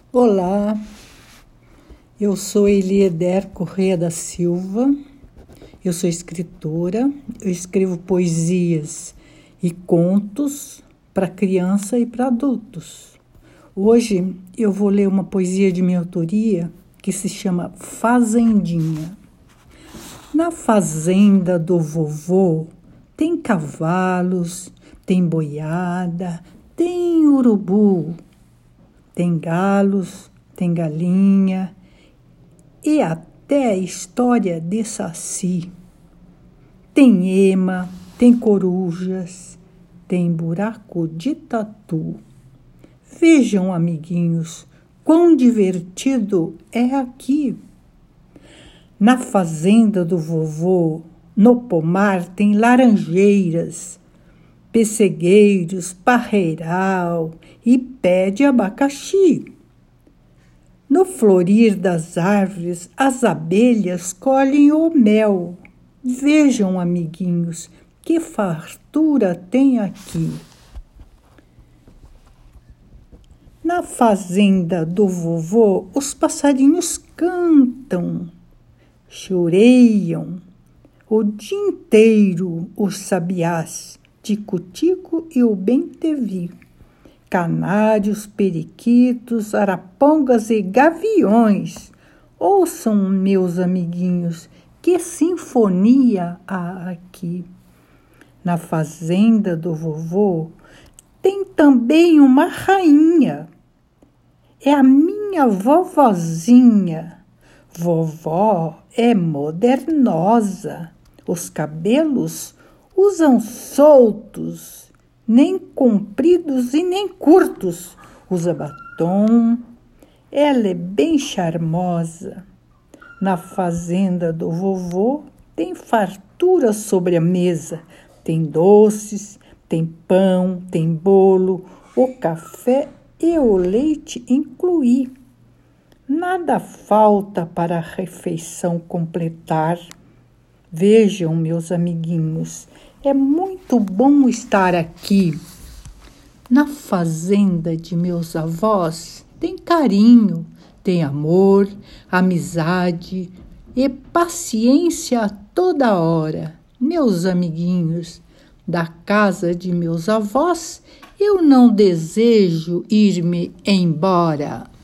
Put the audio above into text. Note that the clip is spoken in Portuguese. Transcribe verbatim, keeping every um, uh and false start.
Olá, eu sou Elieder Corrêa da Silva, eu sou escritora, eu escrevo poesias e contos para criança e para adultos. Hoje eu vou ler uma poesia de minha autoria que se chama Fazendinha. Na fazenda do vovô tem cavalos, tem boiada, tem urubu, tem galos, tem galinha e até história de saci. Tem ema, tem corujas, tem buraco de tatu. Vejam, amiguinhos, quão divertido é aqui. Na fazenda do vovô, no pomar, tem laranjeiras, pessegueiros, parreiral e pé de abacaxi. No florir das árvores, as abelhas colhem o mel. Vejam, amiguinhos, que fartura tem aqui. Na fazenda do vovô, os passarinhos cantam, choreiam o dia inteiro os sabiás, tico-tico e o bem-te-vi, canários, periquitos, arapongas e gaviões. Ouçam, meus amiguinhos, que sinfonia há aqui. Na fazenda do vovô tem também uma rainha. É a minha vovozinha. Vovó é modernosa. Os cabelos usam soltos, nem compridos e nem curtos. Usa batom. Ela é bem charmosa. Na fazenda do vovô tem fartura sobre a mesa. Tem doces, tem pão, tem bolo, o café e o leite incluí. Nada falta para a refeição completar. Vejam, meus amiguinhos, é muito bom estar aqui. Na fazenda de meus avós tem carinho, tem amor, amizade e paciência a toda hora. Meus amiguinhos, da casa de meus avós eu não desejo ir-me embora.